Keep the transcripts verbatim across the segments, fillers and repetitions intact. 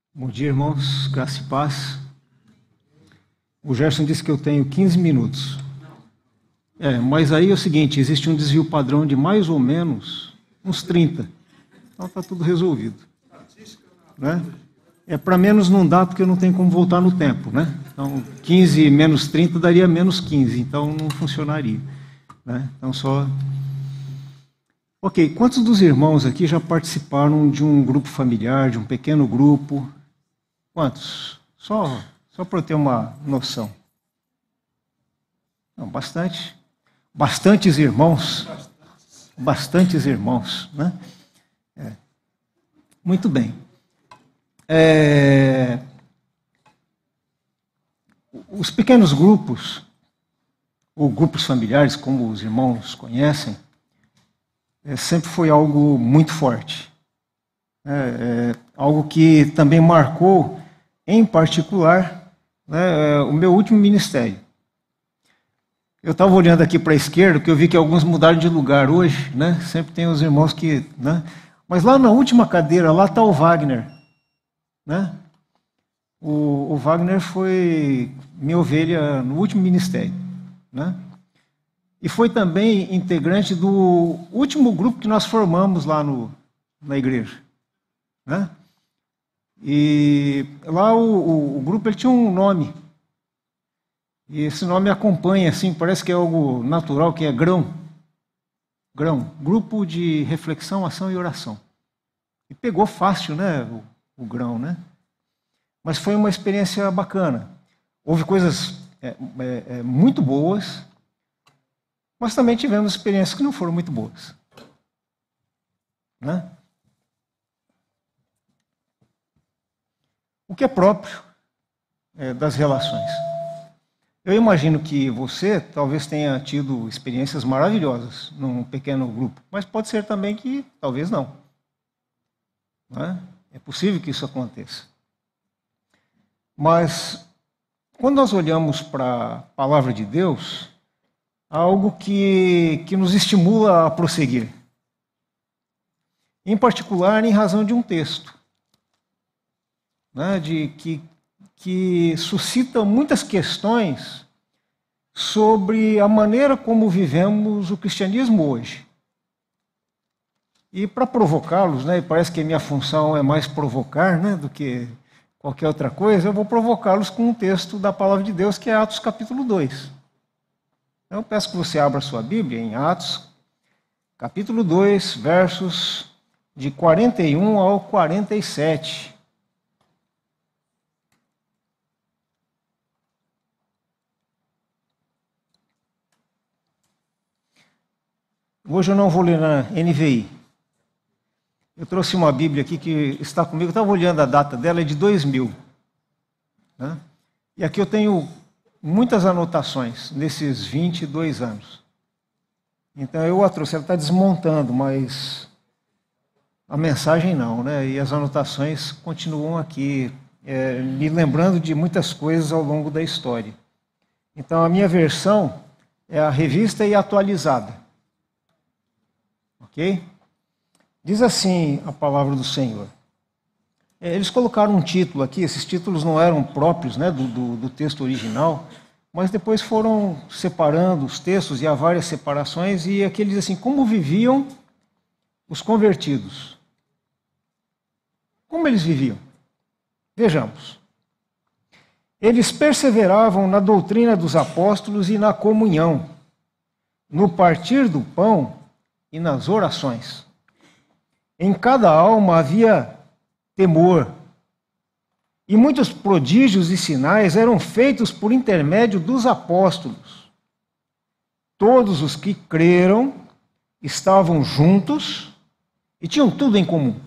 Bom dia, irmãos. Graça e paz. O Gerson disse que eu tenho quinze minutos. É, mas aí é o seguinte, existe um desvio padrão de mais ou menos uns trinta. Então está tudo resolvido. Né? É, para menos não dá, porque eu não tenho como voltar no tempo. Né? Então, quinze menos trinta daria menos quinze, então não funcionaria. Né? Então, só... Ok, quantos dos irmãos aqui já participaram de um grupo familiar, de um pequeno grupo? Quantos? Só, só para eu ter uma noção. Não, bastante. Bastantes irmãos. Bastantes irmãos. Né? É. Muito bem. É... Os pequenos grupos, ou grupos familiares, como os irmãos conhecem, é, sempre foi algo muito forte. É, é, algo que também marcou, em particular, né, o meu último ministério. Eu estava olhando aqui para a esquerda, porque eu vi que alguns mudaram de lugar hoje, né? Sempre tem os irmãos que... Né? Mas lá na última cadeira, lá está o Wagner. Né? O, o Wagner foi minha ovelha no último ministério. Né? E foi também integrante do último grupo que nós formamos lá no, na igreja. Né? E lá o, o, o grupo ele tinha um nome. E esse nome acompanha, assim, parece que é algo natural, que é grão. Grão. Grupo de reflexão, ação e oração. E pegou fácil, né, o, o grão, né? Mas foi uma experiência bacana. Houve coisas é, é, é, muito boas, mas também tivemos experiências que não foram muito boas. Né? O que é próprio é, das relações. Eu imagino que você talvez tenha tido experiências maravilhosas num pequeno grupo, mas pode ser também que talvez não. Não é? É possível que isso aconteça. Mas, quando nós olhamos para a palavra de Deus, há algo que, que nos estimula a prosseguir. Em particular, em razão de um texto, né, de, que, que suscita muitas questões sobre a maneira como vivemos o cristianismo hoje. E para provocá-los, né, e parece que a minha função é mais provocar, né, do que qualquer outra coisa, eu vou provocá-los com um texto da palavra de Deus, que é Atos capítulo dois. Então, eu peço que você abra a sua Bíblia em Atos, capítulo dois, versos de quarenta e um ao quarenta e sete. Hoje eu não vou ler na N V I. Eu trouxe uma Bíblia aqui que está comigo, eu estava olhando a data dela, é de dois mil. Né? E aqui eu tenho muitas anotações nesses vinte e dois anos. Então eu a trouxe, ela está desmontando, mas a mensagem não, né? E as anotações continuam aqui, é, me lembrando de muitas coisas ao longo da história. Então a minha versão é a revista e atualizada. Ok? Diz assim a palavra do Senhor. Eles colocaram um título aqui, esses títulos não eram próprios, né, do, do, do texto original, mas depois foram separando os textos e há várias separações, e aqui ele diz assim, como viviam os convertidos. Como eles viviam? Vejamos. Eles perseveravam na doutrina dos apóstolos e na comunhão, no partir do pão e nas orações. Em cada alma havia temor, e muitos prodígios e sinais eram feitos por intermédio dos apóstolos. Todos os que creram estavam juntos e tinham tudo em comum.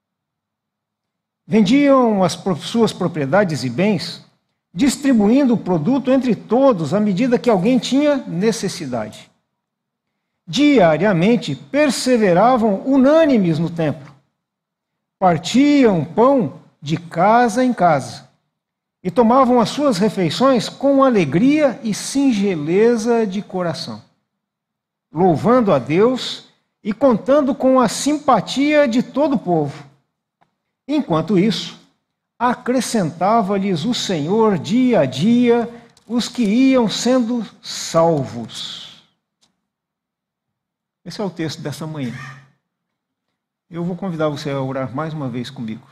Vendiam as suas propriedades e bens, distribuindo o produto entre todos à medida que alguém tinha necessidade. Diariamente perseveravam unânimes no templo. Partiam pão de casa em casa e tomavam as suas refeições com alegria e singeleza de coração, louvando a Deus e contando com a simpatia de todo o povo. Enquanto isso, acrescentava-lhes o Senhor dia a dia os que iam sendo salvos. Esse é o texto dessa manhã. Eu vou convidar você a orar mais uma vez comigo.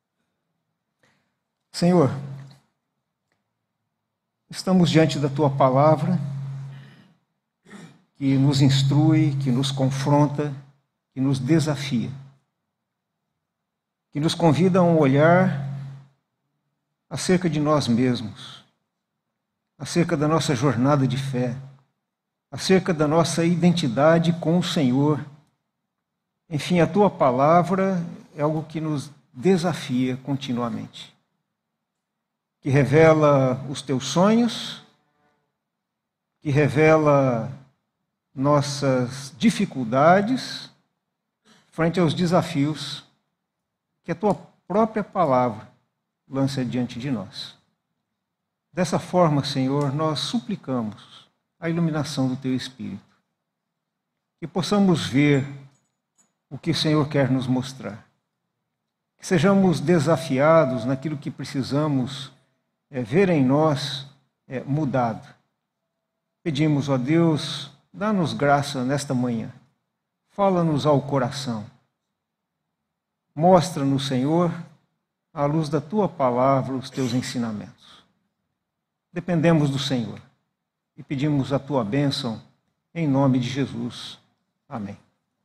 Senhor, estamos diante da Tua palavra, que nos instrui, que nos confronta, que nos desafia, que nos convida a um olhar acerca de nós mesmos, acerca da nossa jornada de fé, acerca da nossa identidade com o Senhor. Enfim, a Tua palavra é algo que nos desafia continuamente, que revela os Teus sonhos, que revela nossas dificuldades frente aos desafios que a Tua própria palavra lança diante de nós. Dessa forma, Senhor, nós suplicamos a iluminação do Teu Espírito, que possamos ver o que o Senhor quer nos mostrar, que sejamos desafiados naquilo que precisamos é, ver em nós é, mudado. Pedimos, ó Deus, dá-nos graça nesta manhã, fala-nos ao coração, mostra-nos, Senhor, à luz da Tua palavra, os Teus ensinamentos. Dependemos do Senhor e pedimos a Tua bênção em nome de Jesus. Amém.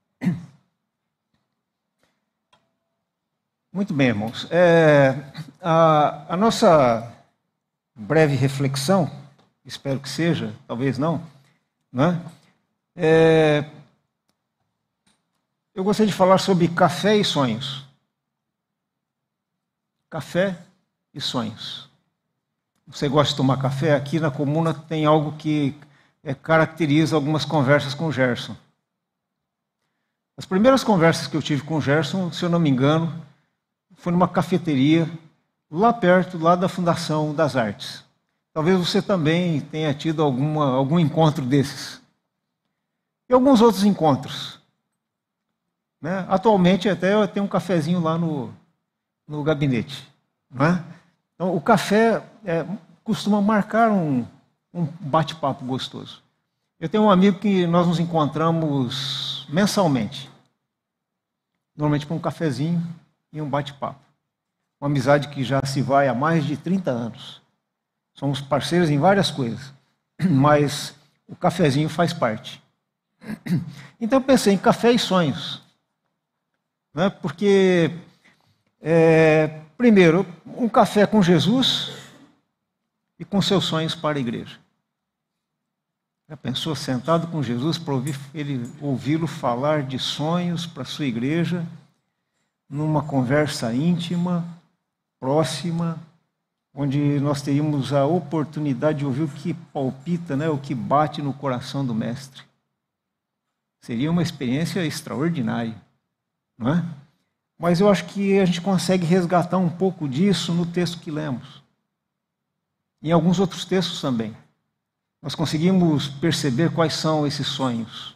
Muito bem, irmãos. É, a, a nossa breve reflexão, espero que seja, talvez não, né? É, eu gostaria de falar sobre café e sonhos. Café e sonhos. Você gosta de tomar café? Aqui na comuna tem algo que é, caracteriza algumas conversas com o Gerson. As primeiras conversas que eu tive com o Gerson, se eu não me engano, foi numa cafeteria lá perto, lá da Fundação das Artes. Talvez você também tenha tido alguma, algum encontro desses. E alguns outros encontros. Né? Atualmente até eu tenho um cafezinho lá no, no gabinete. Não é? Então, o café é, costuma marcar um, um bate-papo gostoso. Eu tenho um amigo que nós nos encontramos mensalmente. Normalmente com um cafezinho e um bate-papo. Uma amizade que já se vai há mais de trinta anos. Somos parceiros em várias coisas, mas o cafezinho faz parte. Então eu pensei em café e sonhos. Né? Porque, é, primeiro, um café com Jesus e com seus sonhos para a igreja. Já pensou sentado com Jesus para ouvir, ele, ouvi-lo falar de sonhos para a sua igreja, numa conversa íntima, próxima, onde nós teríamos a oportunidade de ouvir o que palpita, né, o que bate no coração do Mestre. Seria uma experiência extraordinária, não é? Mas eu acho que a gente consegue resgatar um pouco disso no texto que lemos. Em alguns outros textos também. Nós conseguimos perceber quais são esses sonhos.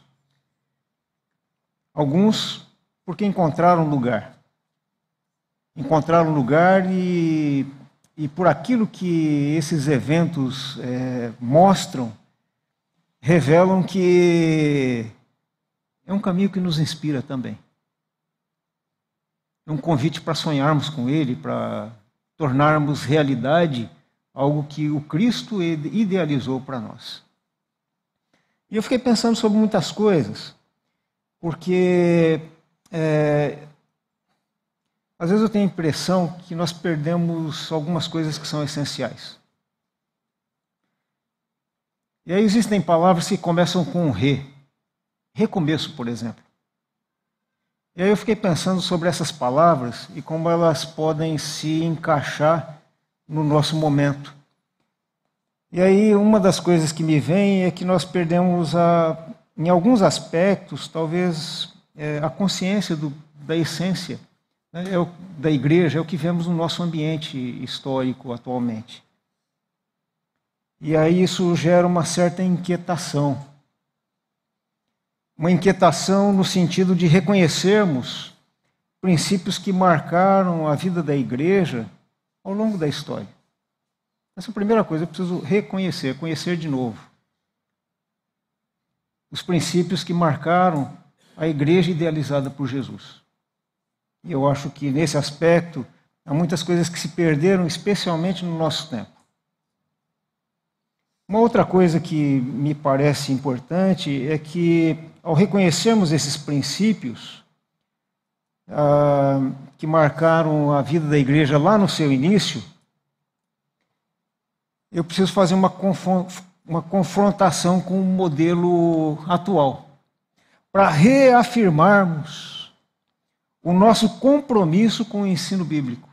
Alguns porque encontraram lugar. Encontraram lugar e, e por aquilo que esses eventos é, mostram, revelam que é um caminho que nos inspira também. É um convite para sonharmos com Ele, para tornarmos realidade algo que o Cristo idealizou para nós. E eu fiquei pensando sobre muitas coisas, porque é, às vezes eu tenho a impressão que nós perdemos algumas coisas que são essenciais. E aí existem palavras que começam com um re. Recomeço, por exemplo. E aí eu fiquei pensando sobre essas palavras e como elas podem se encaixar no nosso momento. E aí uma das coisas que me vem é que nós perdemos, a, em alguns aspectos, talvez é, a consciência do, da essência, né, é o, da igreja, é o que vemos no nosso ambiente histórico atualmente. E aí isso gera uma certa inquietação. Uma inquietação no sentido de reconhecermos princípios que marcaram a vida da igreja ao longo da história. Essa é a primeira coisa, eu preciso reconhecer, conhecer de novo os princípios que marcaram a igreja idealizada por Jesus. E eu acho que, nesse aspecto, há muitas coisas que se perderam, especialmente no nosso tempo. Uma outra coisa que me parece importante é que, ao reconhecermos esses princípios ah, que marcaram a vida da igreja lá no seu início, eu preciso fazer uma, uma confrontação com o modelo atual, para reafirmarmos o nosso compromisso com o ensino bíblico.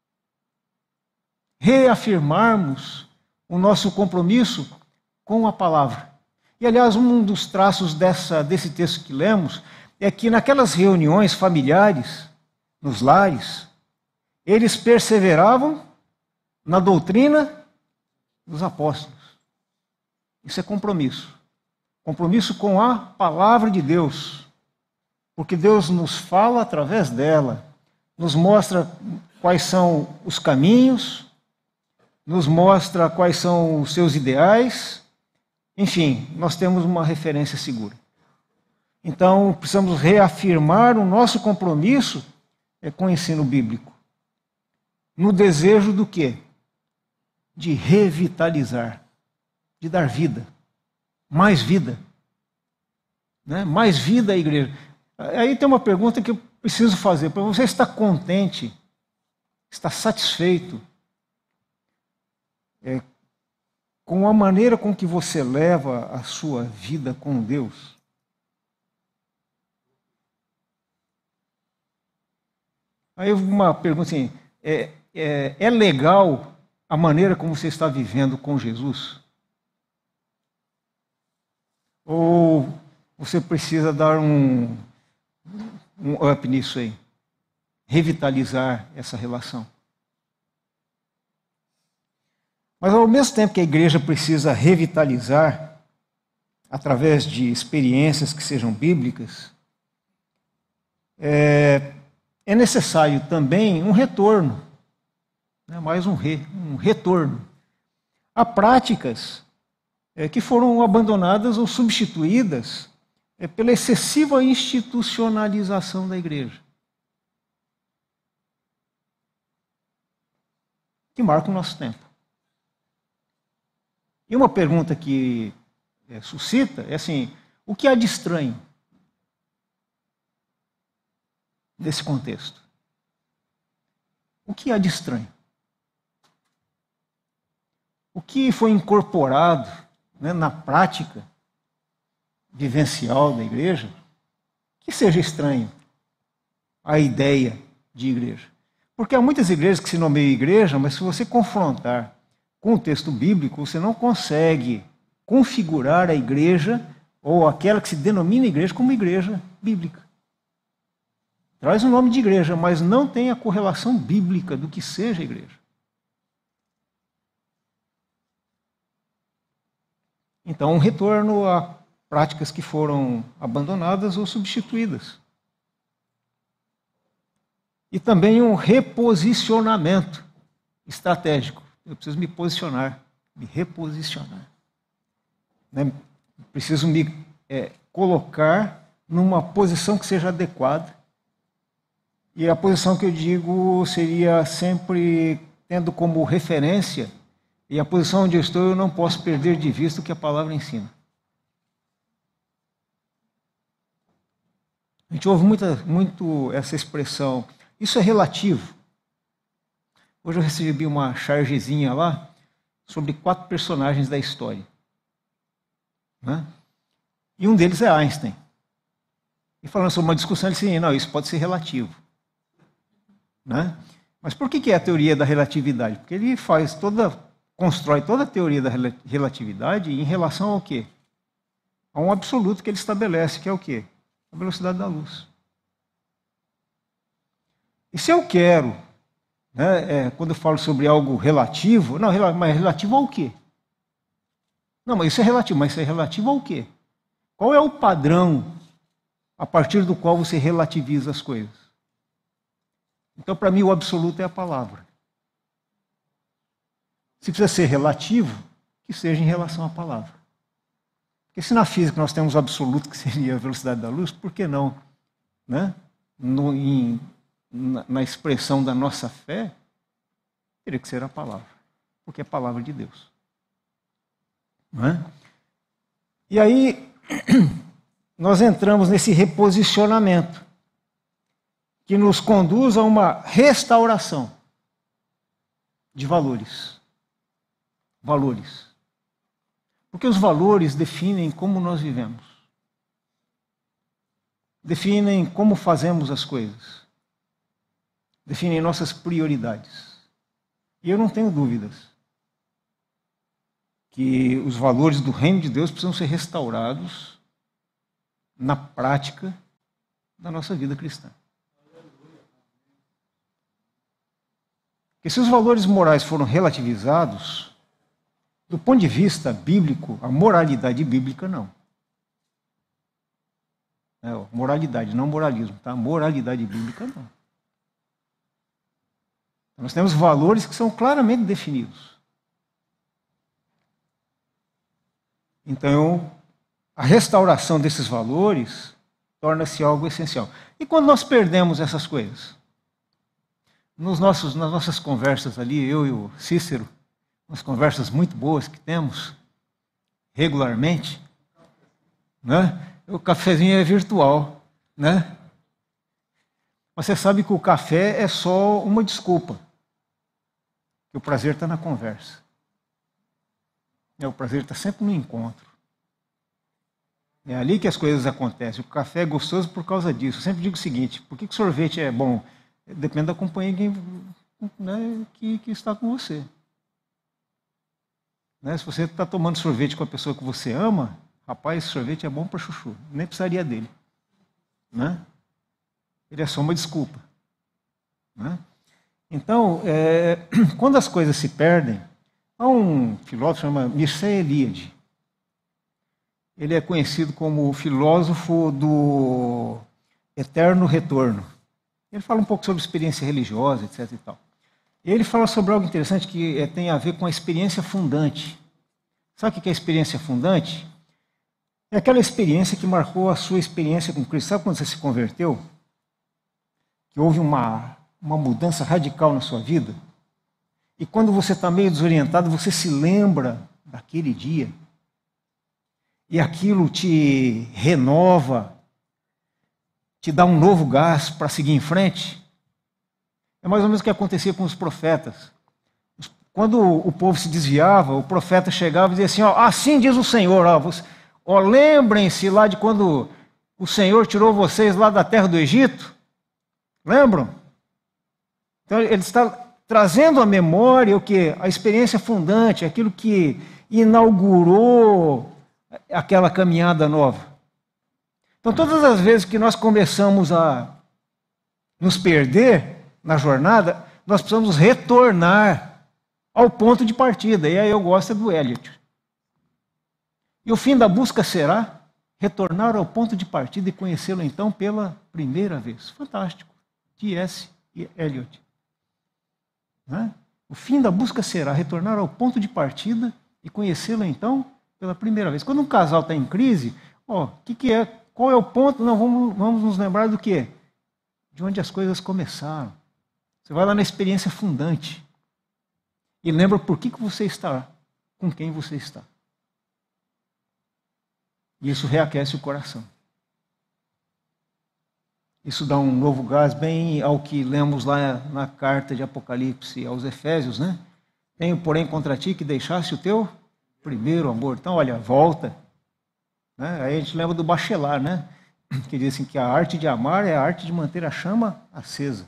Reafirmarmos o nosso compromisso com a palavra. E, aliás, um dos traços dessa, desse texto que lemos é que naquelas reuniões familiares, nos lares, eles perseveravam na doutrina dos apóstolos. Isso é compromisso. Compromisso com a palavra de Deus. Porque Deus nos fala através dela, nos mostra quais são os caminhos, nos mostra quais são os seus ideais. Enfim, nós temos uma referência segura. Então, precisamos reafirmar o nosso compromisso com o ensino bíblico. No desejo do quê? De revitalizar, de dar vida, mais vida. Né? Mais vida à igreja. Aí tem uma pergunta que eu preciso fazer. Você está contente? Está satisfeito é, com a maneira com que você leva a sua vida com Deus? Aí uma pergunta assim, é, é, é legal a maneira como você está vivendo com Jesus? Ou você precisa dar um, um up nisso aí? Revitalizar essa relação? Mas ao mesmo tempo que a igreja precisa revitalizar, através de experiências que sejam bíblicas, é, é necessário também um retorno, né, mais um, re, um retorno a práticas é, que foram abandonadas ou substituídas é, pela excessiva institucionalização da igreja, que marca o nosso tempo. E uma pergunta que é, suscita é assim, o que há de estranho nesse contexto? O que há de estranho? O que foi incorporado, né, na prática vivencial da igreja que seja estranho à ideia de igreja? Porque há muitas igrejas que se nomeiam igreja, mas se você confrontar com o texto bíblico, você não consegue configurar a igreja ou aquela que se denomina igreja como igreja bíblica. Traz o nome de igreja, mas não tem a correlação bíblica do que seja igreja. Então, um retorno a práticas que foram abandonadas ou substituídas. E também um reposicionamento estratégico. Eu preciso me posicionar, me reposicionar. Né? Preciso me é, colocar numa posição que seja adequada. E a posição que eu digo seria sempre tendo como referência, e a posição onde eu estou eu não posso perder de vista o que a palavra ensina. A gente ouve muita, muito essa expressão, isso é relativo. Hoje eu recebi uma chargezinha lá sobre quatro personagens da história. Né? E um deles é Einstein. E falando sobre uma discussão, ele disse, não, isso pode ser relativo. Né? Mas por que é a teoria da relatividade? Porque ele faz toda, constrói toda a teoria da relatividade em relação ao quê? A um absoluto que ele estabelece, que é o quê? A velocidade da luz. E se eu quero, né, é, quando eu falo sobre algo relativo, não, mas relativo ao quê? Não, mas isso é relativo, mas isso é relativo ao quê? Qual é o padrão a partir do qual você relativiza as coisas? Então, para mim, o absoluto é a palavra. Se precisa ser relativo, que seja em relação à palavra. Porque se na física nós temos o absoluto, que seria a velocidade da luz, por que não, né? No, em, na, na expressão da nossa fé, teria que ser a palavra, porque é a palavra de Deus. Não é? E aí, nós entramos nesse reposicionamento, que nos conduz a uma restauração de valores. Valores. Porque os valores definem como nós vivemos. Definem como fazemos as coisas. Definem nossas prioridades. E eu não tenho dúvidas que os valores do reino de Deus precisam ser restaurados na prática da nossa vida cristã. Porque se os valores morais foram relativizados, do ponto de vista bíblico, a moralidade bíblica não. É, moralidade, não moralismo, tá? Moralidade bíblica não. Nós temos valores que são claramente definidos. Então, a restauração desses valores torna-se algo essencial. E quando nós perdemos essas coisas? Nos nossos, nas nossas conversas ali, eu e o Cícero, umas conversas muito boas que temos regularmente, né? O cafezinho é virtual, né? Você sabe que o café é só uma desculpa. Que o prazer está na conversa. É, o prazer está sempre no encontro. É ali que as coisas acontecem. O café é gostoso por causa disso. Eu sempre digo o seguinte: por que o sorvete é bom? Depende da companhia, né, que, que está com você. Né, se você está tomando sorvete com a pessoa que você ama, rapaz, esse sorvete é bom para chuchu. Nem precisaria dele. Né? Ele é só uma desculpa. Né? Então, é, quando as coisas se perdem, há um filósofo chamado Mircea Eliade. Ele é conhecido como o filósofo do eterno retorno. Ele fala um pouco sobre experiência religiosa, etc. E tal. E ele fala sobre algo interessante que é, tem a ver com a experiência fundante. Sabe o que é a experiência fundante? É aquela experiência que marcou a sua experiência com Cristo. Sabe quando você se converteu? Que houve uma, uma mudança radical na sua vida? E quando você está meio desorientado, você se lembra daquele dia. E aquilo te renova, te dá um novo gás para seguir em frente. É mais ou menos o que acontecia com os profetas. Quando o povo se desviava, o profeta chegava e dizia assim: ó, assim diz o Senhor, ó, você, ó, lembrem-se lá de quando o Senhor tirou vocês lá da terra do Egito. Lembram? Então ele está trazendo à memória o que? A experiência fundante, aquilo que inaugurou aquela caminhada nova. Então, todas as vezes que nós começamos a nos perder na jornada, nós precisamos retornar ao ponto de partida. E aí eu gosto do Eliot. E o fim da busca será retornar ao ponto de partida e conhecê-lo então pela primeira vez. Fantástico. T S Eliot. Né? O fim da busca será retornar ao ponto de partida e conhecê-lo então pela primeira vez. Quando um casal está em crise, ó, que que é? Qual é o ponto? Não, vamos, vamos nos lembrar do quê? De onde as coisas começaram. Você vai lá na experiência fundante e lembra por que, que você está, com quem você está. E isso reaquece o coração. Isso dá um novo gás, bem ao que lemos lá na carta de Apocalipse aos Efésios, né? Tenho, porém, contra ti que deixasse o teu primeiro amor. Então, olha, volta. Né? Aí a gente lembra do Bachelard, né? Que diz assim, que a arte de amar é a arte de manter a chama acesa.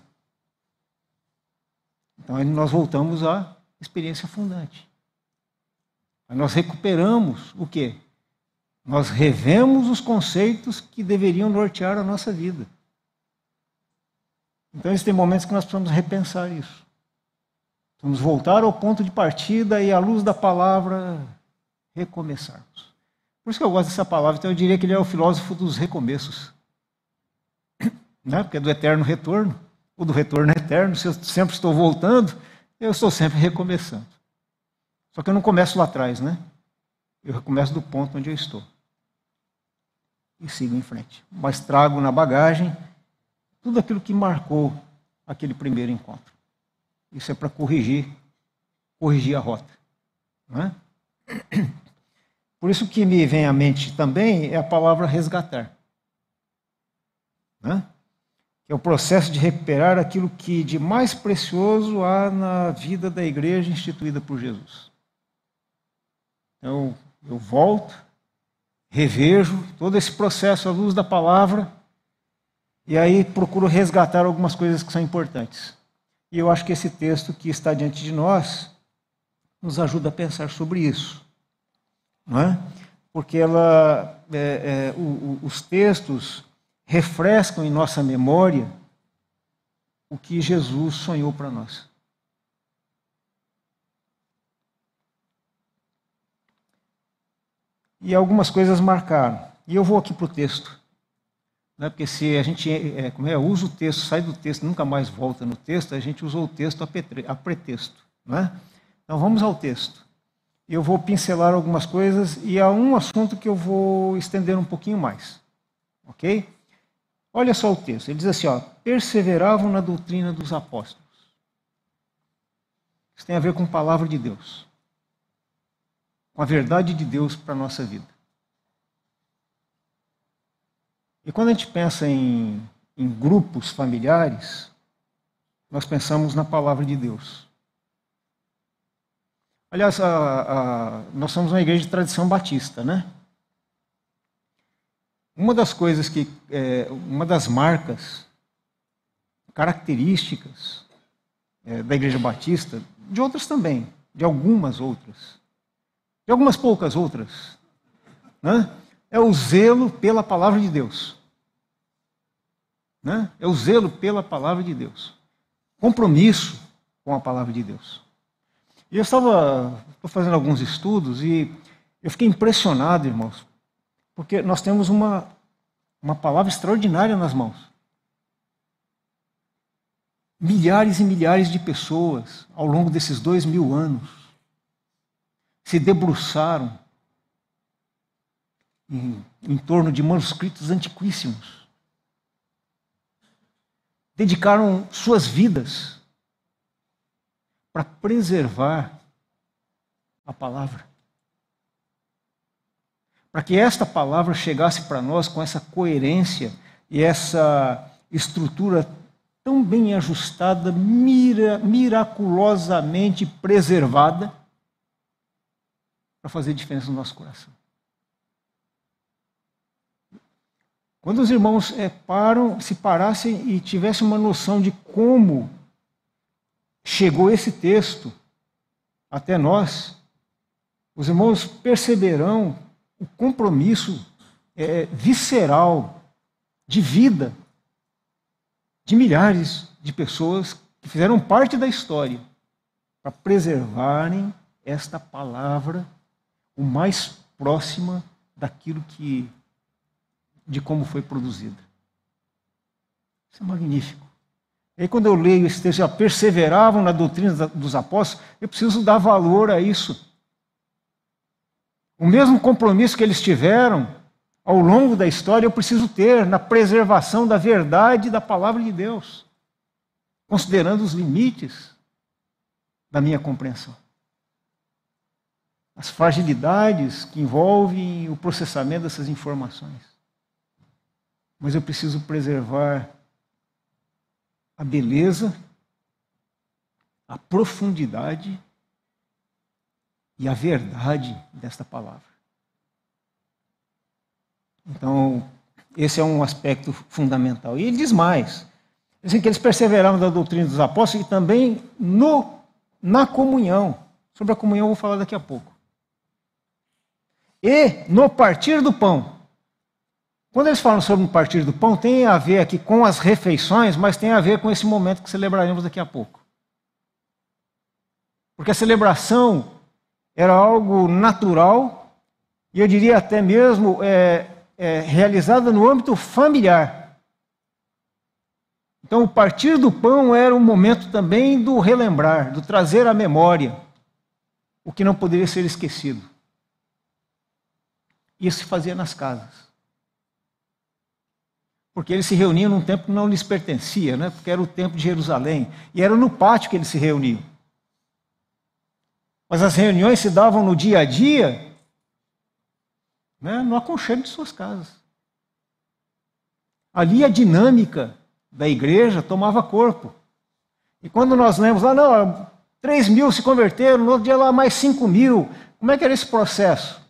Então, aí nós voltamos à experiência fundante. Aí nós recuperamos o quê? Nós revemos os conceitos que deveriam nortear a nossa vida. Então, existem momentos que nós precisamos repensar isso. Vamos voltar ao ponto de partida e, à luz da palavra, recomeçarmos. Por isso que eu gosto dessa palavra. Então, eu diria que ele é o filósofo dos recomeços. Né? Porque é do eterno retorno, ou do retorno eterno. Se eu sempre estou voltando, eu estou sempre recomeçando. Só que eu não começo lá atrás, né? Eu começo do ponto onde eu estou. E sigo em frente. Mas trago na bagagem tudo aquilo que marcou aquele primeiro encontro. Isso é para corrigir, corrigir a rota. Não é? Por isso que me vem à mente também é a palavra resgatar. Né? Que é o processo de recuperar aquilo que de mais precioso há na vida da igreja instituída por Jesus. Então, eu volto, revejo todo esse processo à luz da palavra e aí procuro resgatar algumas coisas que são importantes. E eu acho que esse texto que está diante de nós nos ajuda a pensar sobre isso. Não é? Porque ela, é, é, o, o, os textos refrescam em nossa memória o que Jesus sonhou para nós. E algumas coisas marcaram. E eu vou aqui para o texto. Né? Porque se a gente é, como é, usa o texto, sai do texto, nunca mais volta no texto, a gente usou o texto a, petre, a pretexto. Não é? Então vamos ao texto. Eu vou pincelar algumas coisas e há um assunto que eu vou estender um pouquinho mais. Ok? Olha só o texto. Ele diz assim, ó, perseveravam na doutrina dos apóstolos. Isso tem a ver com a palavra de Deus. Com a verdade de Deus para a nossa vida. E quando a gente pensa em, em grupos familiares, nós pensamos na palavra de Deus. Aliás, a, a, nós somos uma igreja de tradição batista, né? Uma das coisas que, é, uma das marcas, características é, da igreja batista, de outras também, de algumas outras, de algumas poucas outras, né? É o zelo pela palavra de Deus. Né? É o zelo pela palavra de Deus. Compromisso com a palavra de Deus. E eu estava estou fazendo alguns estudos e eu fiquei impressionado, irmãos, porque nós temos uma, uma palavra extraordinária nas mãos. Milhares e milhares de pessoas, ao longo desses dois mil anos, se debruçaram em, em torno de manuscritos antiquíssimos. Dedicaram suas vidas para preservar a palavra. Para que esta palavra chegasse para nós com essa coerência e essa estrutura tão bem ajustada, mira, miraculosamente preservada, para fazer diferença no nosso coração. Quando os irmãos é, param, se parassem e tivessem uma noção de como chegou esse texto até nós, os irmãos perceberão o compromisso é, visceral de vida de milhares de pessoas que fizeram parte da história para preservarem esta palavra o mais próxima daquilo que, de como foi produzida. Isso é magnífico. E aí, quando eu leio esse texto, já perseveravam na doutrina dos apóstolos, eu preciso dar valor a isso. O mesmo compromisso que eles tiveram ao longo da história, eu preciso ter na preservação da verdade da palavra de Deus, considerando os limites da minha compreensão. As fragilidades que envolvem o processamento dessas informações. Mas eu preciso preservar a beleza, a profundidade e a verdade desta palavra. Então, esse é um aspecto fundamental. E ele diz mais. Ele diz que eles perseveraram na doutrina dos apóstolos e também no, na comunhão. Sobre a comunhão eu vou falar daqui a pouco. E no partir do pão. Quando eles falam sobre o partir do pão, tem a ver aqui com as refeições, mas tem a ver com esse momento que celebraremos daqui a pouco. Porque a celebração era algo natural, e eu diria até mesmo é, é, realizada no âmbito familiar. Então, o partir do pão era um momento também do relembrar, do trazer à memória o que não poderia ser esquecido. Isso se fazia nas casas. Porque eles se reuniam num templo que não lhes pertencia, né? Porque era o templo de Jerusalém. E era no pátio que eles se reuniam. Mas as reuniões se davam no dia a dia, né, no aconchego de suas casas. Ali a dinâmica da igreja tomava corpo. E quando nós lemos lá, não, três mil se converteram, no outro dia lá mais cinco mil. Como é que era esse processo?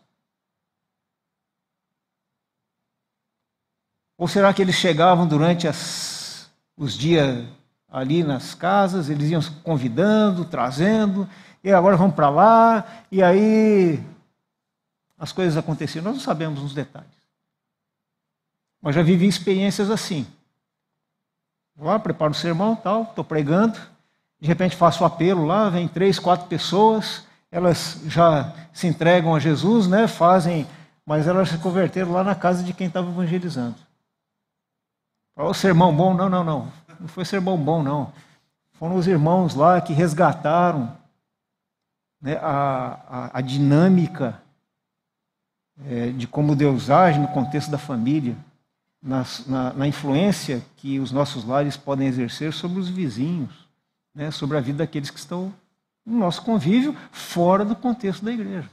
Ou será que eles chegavam durante as, os dias ali nas casas, eles iam convidando, trazendo, e agora vamos para lá, e aí as coisas aconteciam. Nós não sabemos os detalhes. Mas já vivi experiências assim. Vou lá, preparo o sermão, tal, estou pregando, de repente faço o apelo lá, vem três, quatro pessoas, elas já se entregam a Jesus, né, fazem, mas elas se converteram lá na casa de quem estava evangelizando. O sermão bom, não, não, não. Não foi sermão bom, não. Foram os irmãos lá que resgataram, né, a, a, a dinâmica é, de como Deus age no contexto da família, na, na, na influência que os nossos lares podem exercer sobre os vizinhos, né, sobre a vida daqueles que estão no nosso convívio, fora do contexto da igreja.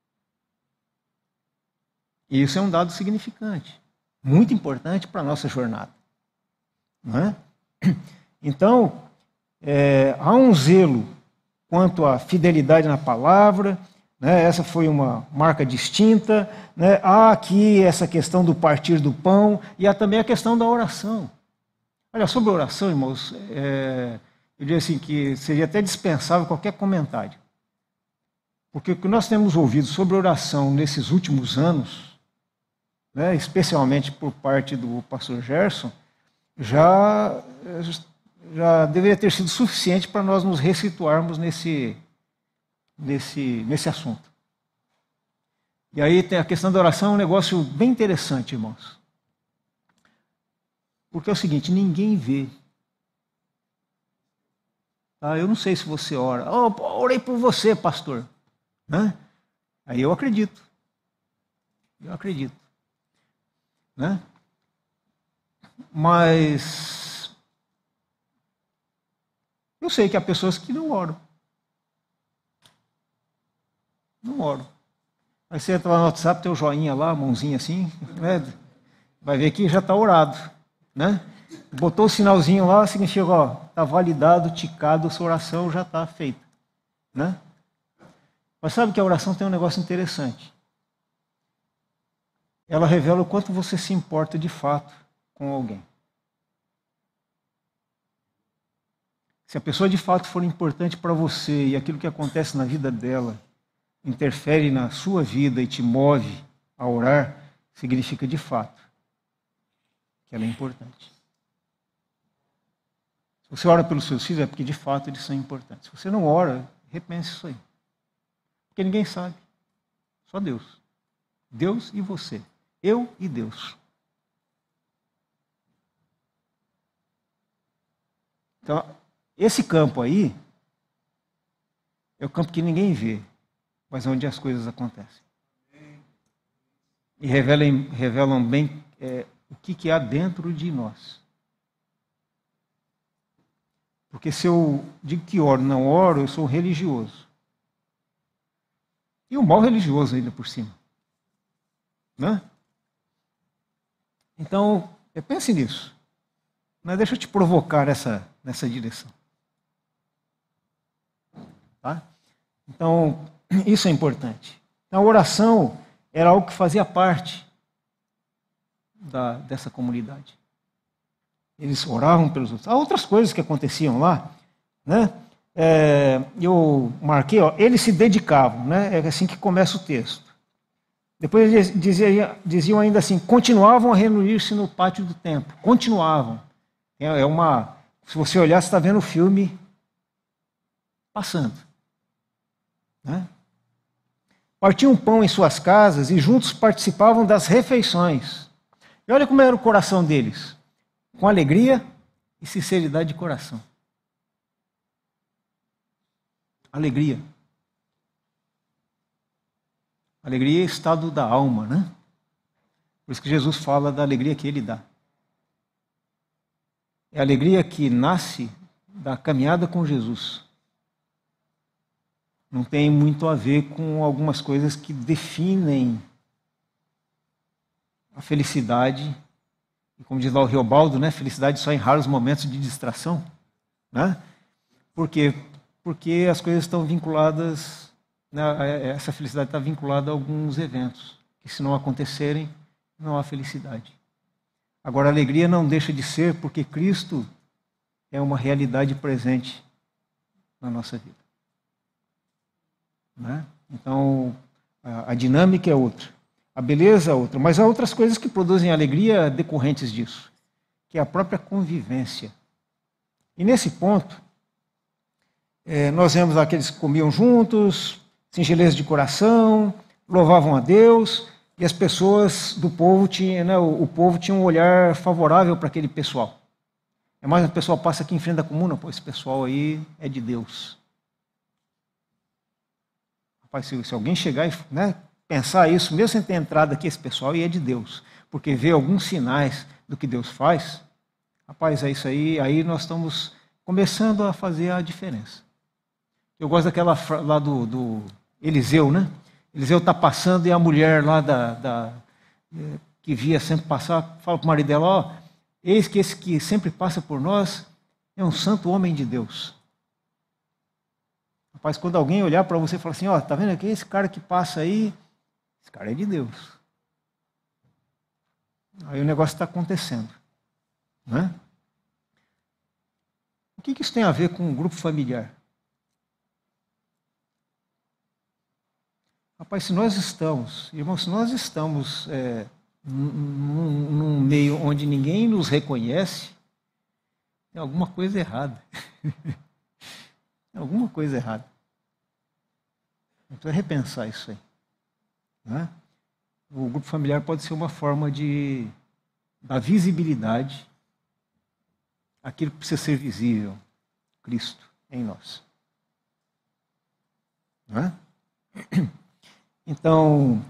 E isso é um dado significante, muito importante para a nossa jornada. Não é? Então, é, há um zelo quanto à fidelidade na palavra, né? Essa foi uma marca distinta, né? Há aqui essa questão do partir do pão e há também a questão da oração. Olha, sobre a oração, irmãos, é, eu diria assim que seria até dispensável qualquer comentário. Porque o que nós temos ouvido sobre oração nesses últimos anos, né, especialmente por parte do pastor Gerson, já, já deveria ter sido suficiente para nós nos ressituarmos nesse, nesse, nesse assunto. E aí tem a questão da oração, é um negócio bem interessante, irmãos. Porque é o seguinte, ninguém vê. Ah, eu não sei se você ora. Oh, orei por você, pastor. Né? Aí eu acredito. Eu acredito. Né? Mas eu sei que há pessoas que não oram. Não oram. Aí você entra lá no WhatsApp, tem o joinha lá, a mãozinha assim, né? Vai ver que já está orado. Né? Botou o sinalzinho lá, significa, ó, está validado, ticado, sua oração já está feita. Né? Mas sabe que a oração tem um negócio interessante. Ela revela o quanto você se importa de fato com alguém. Se a pessoa de fato for importante para você e aquilo que acontece na vida dela interfere na sua vida e te move a orar, significa de fato que ela é importante. Se você ora pelos seus filhos, é porque de fato eles são importantes. Se você não ora, repense isso aí. Porque ninguém sabe. Só Deus. Deus e você. Eu e Deus. Então, esse campo aí é o campo que ninguém vê, mas é onde as coisas acontecem. E revelam, revelam bem é, o que, que há dentro de nós. Porque se eu digo que oro, não oro, eu sou religioso. E um mal religioso ainda por cima. Né? Então, pense nisso. Mas deixa eu te provocar essa, nessa direção. Tá? Então, isso é importante. Então, a oração era algo que fazia parte da, dessa comunidade. Eles oravam pelos outros. Há outras coisas que aconteciam lá, né? É, eu marquei, ó, eles se dedicavam, né? É assim que começa o texto. Depois eles dizia, diziam ainda assim, continuavam a reunir-se no pátio do templo. Continuavam. É uma, se você olhar, você está vendo o filme passando. Né? Partiam pão em suas casas e juntos participavam das refeições. E olha como era o coração deles. Com alegria e sinceridade de coração. Alegria. Alegria é estado da alma, né? Por isso que Jesus fala da alegria que ele dá. É a alegria que nasce da caminhada com Jesus. Não tem muito a ver com algumas coisas que definem a felicidade. E como diz lá o Riobaldo, né? Felicidade só em raros momentos de distração. Né? Por quê? Porque as coisas estão vinculadas, né? Essa felicidade está vinculada a alguns eventos, que se não acontecerem, não há felicidade. Agora, a alegria não deixa de ser porque Cristo é uma realidade presente na nossa vida. Né? Então, a, a dinâmica é outra, a beleza é outra, mas há outras coisas que produzem alegria decorrentes disso, que é a própria convivência. E nesse ponto, é, nós vemos aqueles que comiam juntos, singeleza de coração, louvavam a Deus, e as pessoas do povo tinham, né, o, o povo tinha um olhar favorável para aquele pessoal. É mais o pessoal passa aqui em frente da comuna, pô, esse pessoal aí é de Deus. Rapaz, se, se alguém chegar e, né, pensar isso, mesmo sem ter entrado aqui, esse pessoal aí é de Deus, porque vê alguns sinais do que Deus faz, rapaz, é isso aí, aí nós estamos começando a fazer a diferença. Eu gosto daquela lá do, do Eliseu, né? Eliseu está passando e a mulher lá da, da, que via sempre passar, fala para o marido dela, ó, eis que esse que sempre passa por nós é um santo homem de Deus. Rapaz, quando alguém olhar para você e falar assim, ó, tá vendo aqui esse cara que passa aí, esse cara é de Deus. Aí o negócio está acontecendo. Né? O que, que isso tem a ver com o grupo familiar? Rapaz, se nós estamos, irmãos, se nós estamos é, num, num meio onde ninguém nos reconhece, tem alguma coisa errada. Tem alguma coisa errada. A gente precisa repensar isso aí. Né? O grupo familiar pode ser uma forma de dar visibilidade àquilo que precisa ser visível, Cristo em nós. Né? Então,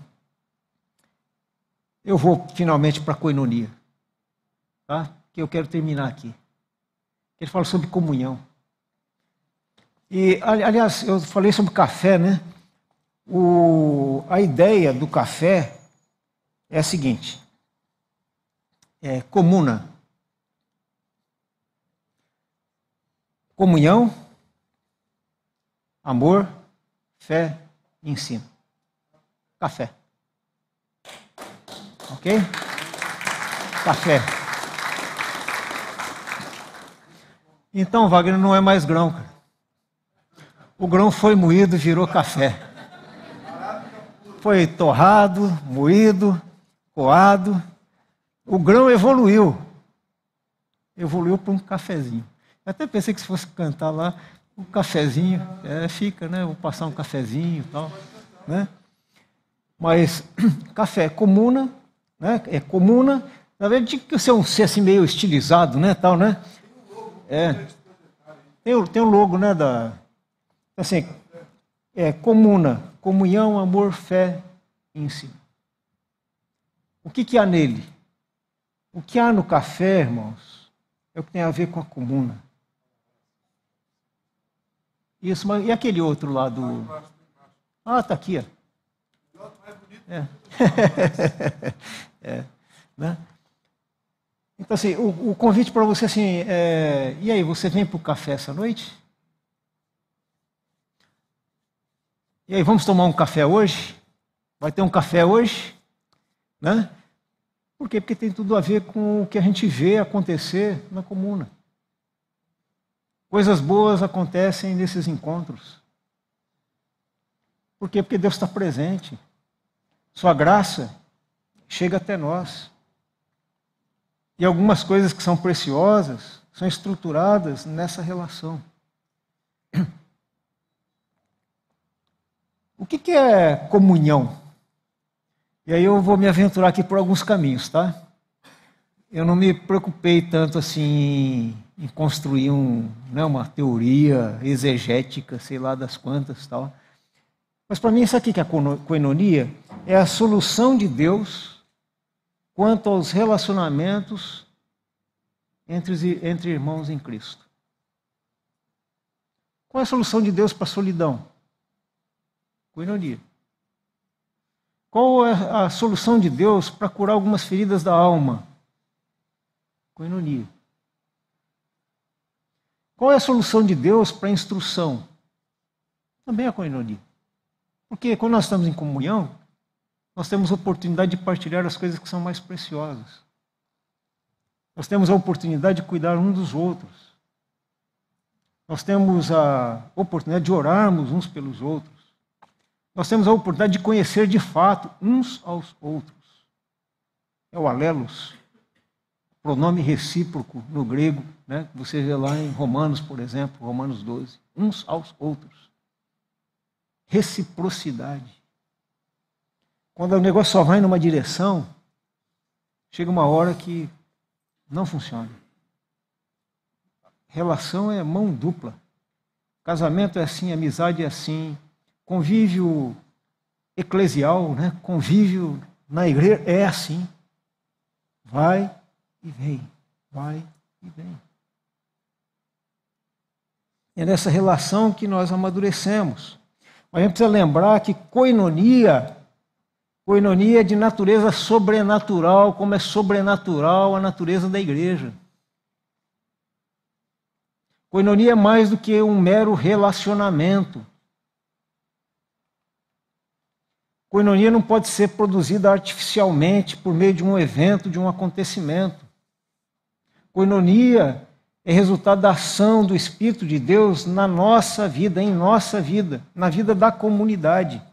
eu vou finalmente para a coinonia, tá? Que eu quero terminar aqui. Ele fala sobre comunhão. E, aliás, eu falei sobre café, né? O, a ideia do café é a seguinte: é comuna. Comunhão, amor, fé e ensino. Café. Ok? Café. Então, Wagner, não é mais grão, cara. O grão foi moído e virou café. Foi torrado, moído, coado. O grão evoluiu. Evoluiu para um cafezinho. Eu até pensei que se fosse cantar lá, um cafezinho, é, fica, né? Vou passar um cafezinho e tal, né? Mas café é comuna, né? É comuna. Na verdade, tinha que ser um ser assim meio estilizado, né? Tal, né? É. Tem o, tem o logo, né? Da, assim, é comuna, comunhão, amor, fé e ensino. O que, que há nele? O que há no café, irmãos, é o que tem a ver com a comuna. Isso, mas e aquele outro lá do... Ah, está aqui, ó. É. É, né? Então, assim, o, o convite para você, assim, é... e aí, você vem para o café essa noite? E aí, vamos tomar um café hoje? Vai ter um café hoje? Né? Por quê? Porque tem tudo a ver com o que a gente vê acontecer na comuna. Coisas boas acontecem nesses encontros. Por quê? Porque Deus está presente. Sua graça chega até nós. E algumas coisas que são preciosas são estruturadas nessa relação. O que, que é comunhão? E aí eu vou me aventurar aqui por alguns caminhos, tá? Eu não me preocupei tanto assim em construir um, né, uma teoria exegética, sei lá das quantas, tal. Mas para mim, isso aqui que é a koinonia é a solução de Deus quanto aos relacionamentos entre, entre irmãos em Cristo. Qual é a solução de Deus para a solidão? Koinonia. Qual é a solução de Deus para curar algumas feridas da alma? Koinonia. Qual é a solução de Deus para a instrução? Também a koinonia. Porque quando nós estamos em comunhão, nós temos a oportunidade de partilhar as coisas que são mais preciosas. Nós temos a oportunidade de cuidar uns dos outros. Nós temos a oportunidade de orarmos uns pelos outros. Nós temos a oportunidade de conhecer de fato uns aos outros. É o alelos, pronome recíproco no grego, né? Você vê lá em Romanos, por exemplo, Romanos doze. Uns aos outros. Reciprocidade. Quando o negócio só vai numa direção, chega uma hora que não funciona. Relação é mão dupla. Casamento é assim, amizade é assim, convívio eclesial, né? Convívio na igreja é assim. Vai e vem, vai e vem. É nessa relação que nós amadurecemos. Mas a gente precisa lembrar que koinonia, koinonia é de natureza sobrenatural, como é sobrenatural a natureza da igreja. Koinonia é mais do que um mero relacionamento. Koinonia não pode ser produzida artificialmente por meio de um evento, de um acontecimento. Koinonia é resultado da ação do Espírito de Deus na nossa vida, em nossa vida, na vida da comunidade.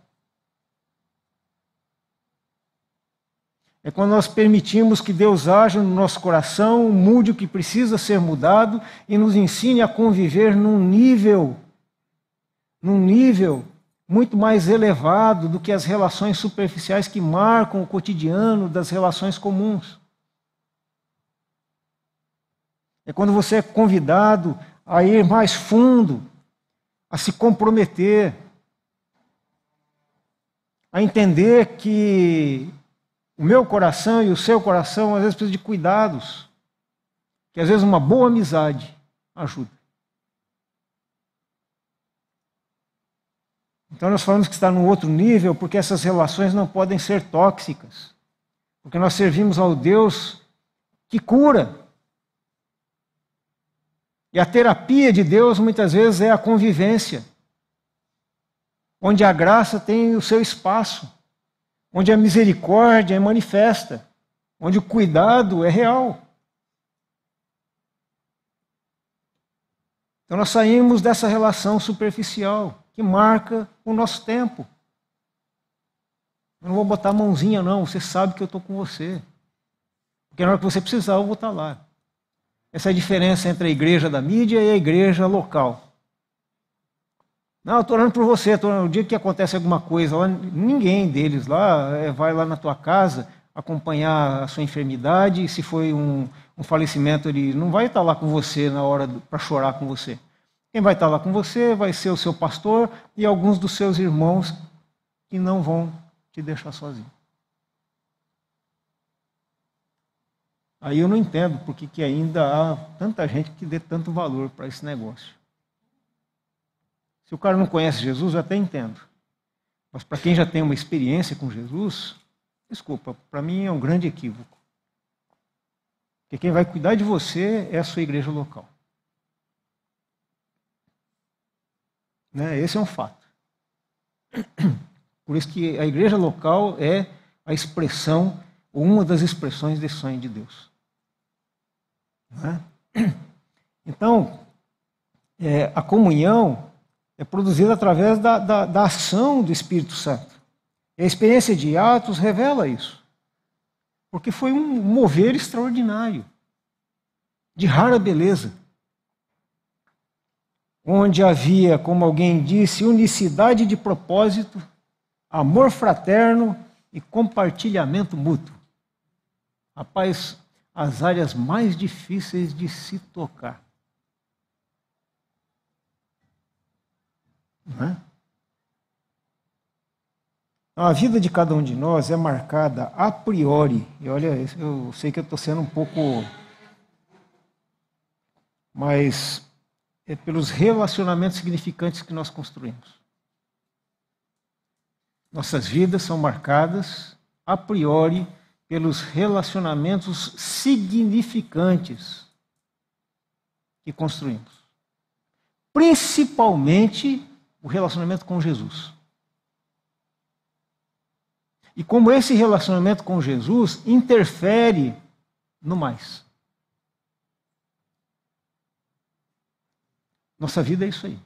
É quando nós permitimos que Deus haja no nosso coração, mude o que precisa ser mudado e nos ensine a conviver num nível, num nível muito mais elevado do que as relações superficiais que marcam o cotidiano das relações comuns. É quando você é convidado a ir mais fundo, a se comprometer, a entender que o meu coração e o seu coração às vezes precisam de cuidados, que às vezes uma boa amizade ajuda. Então nós falamos que está num outro nível porque essas relações não podem ser tóxicas, porque nós servimos ao Deus que cura. E a terapia de Deus muitas vezes é a convivência, onde a graça tem o seu espaço, onde a misericórdia é manifesta, onde o cuidado é real. Então nós saímos dessa relação superficial que marca o nosso tempo. Eu não vou botar a mãozinha não, você sabe que eu estou com você. Porque na hora que você precisar eu vou estar lá. Essa é a diferença entre a igreja da mídia e a igreja local. Não, eu estou orando por você. Tô, o dia que acontece alguma coisa lá, ninguém deles lá é, vai lá na tua casa acompanhar a sua enfermidade. E se foi um, um falecimento, ele não vai estar lá com você na hora para chorar com você. Quem vai estar lá com você vai ser o seu pastor e alguns dos seus irmãos que não vão te deixar sozinho. Aí eu não entendo porque que ainda há tanta gente que dê tanto valor para esse negócio. Se o cara não conhece Jesus, eu até entendo. Mas para quem já tem uma experiência com Jesus, desculpa, para mim é um grande equívoco. Porque quem vai cuidar de você é a sua igreja local. Né? Esse é um fato. Por isso que a igreja local é a expressão, ou uma das expressões desse sonho de Deus. Né? Então, é, a comunhão é produzida através da, da, da ação do Espírito Santo. E a experiência de Atos revela isso. Porque foi um mover extraordinário, de rara beleza, onde havia, como alguém disse, unicidade de propósito, amor fraterno e compartilhamento mútuo. Rapaz, as áreas mais difíceis de se tocar. Não é? Então, a vida de cada um de nós é marcada a priori, e olha, eu sei que eu estou sendo um pouco, mas é pelos relacionamentos significantes que nós construímos. Nossas vidas são marcadas a priori pelos relacionamentos significantes que construímos. Principalmente o relacionamento com Jesus. E como esse relacionamento com Jesus interfere no mais. Nossa vida é isso aí.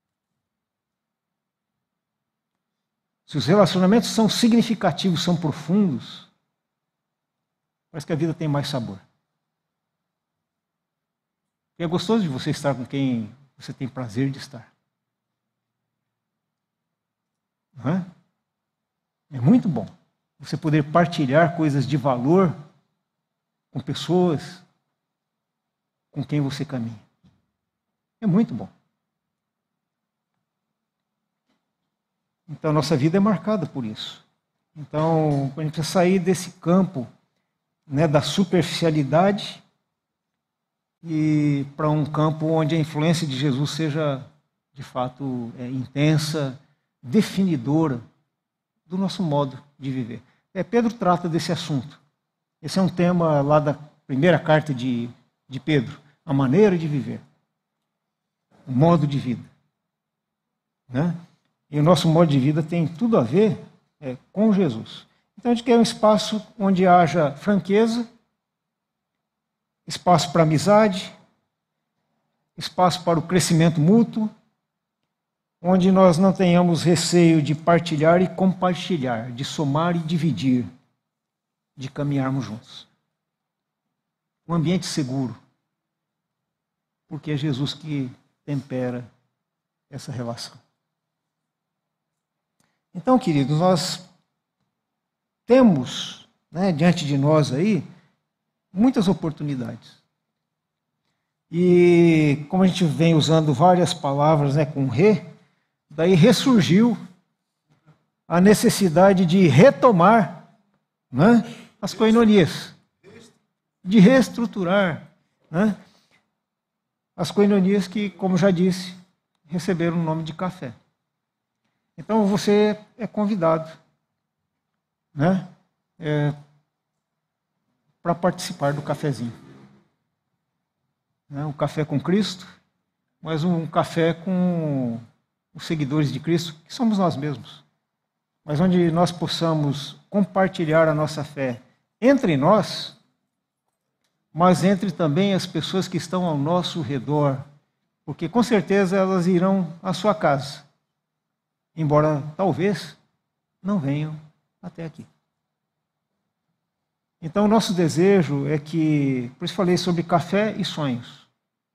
Se os relacionamentos são significativos, são profundos, parece que a vida tem mais sabor. E é gostoso de você estar com quem você tem prazer de estar. Não é? É muito bom você poder partilhar coisas de valor com pessoas com quem você caminha. É muito bom. Então, nossa vida é marcada por isso. Então, a gente precisa sair desse campo, né, da superficialidade e para um campo onde a influência de Jesus seja, de fato, é, intensa, definidora do nosso modo de viver. É, Pedro trata desse assunto. Esse é um tema lá da primeira carta de, de Pedro, a maneira de viver, o modo de vida. Né? E o nosso modo de vida tem tudo a ver é, com Jesus. Então a gente quer um espaço onde haja franqueza, espaço para amizade, espaço para o crescimento mútuo, onde nós não tenhamos receio de partilhar e compartilhar, de somar e dividir, de caminharmos juntos. Um ambiente seguro, porque é Jesus que tempera essa relação. Então, queridos, nós temos, né, diante de nós aí muitas oportunidades. E como a gente vem usando várias palavras, né, com re, daí ressurgiu a necessidade de retomar, né, as coinonias, de reestruturar, né, as coinonias que, como já disse, receberam o nome de café. Então você é convidado, né, é, para participar do cafezinho. Né, um café com Cristo, mas um café com os seguidores de Cristo, que somos nós mesmos. Mas onde nós possamos compartilhar a nossa fé entre nós, mas entre também as pessoas que estão ao nosso redor, porque com certeza elas irão à sua casa, embora talvez não venham até aqui. Então, o nosso desejo é que, por isso falei sobre café e sonhos,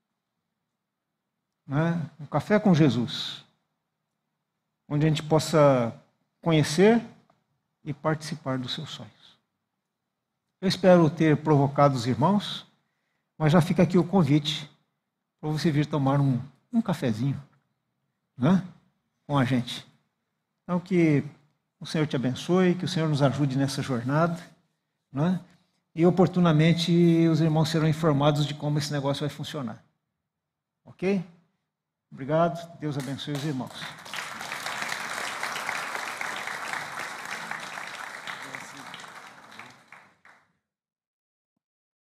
né? Um café com Jesus, onde a gente possa conhecer e participar dos seus sonhos. Eu espero ter provocado os irmãos, mas já fica aqui o convite para você vir tomar um, um cafezinho, né, com a gente. Então, que o Senhor te abençoe, que o Senhor nos ajude nessa jornada, né, e oportunamente os irmãos serão informados de como esse negócio vai funcionar. Ok? Obrigado, Deus abençoe os irmãos.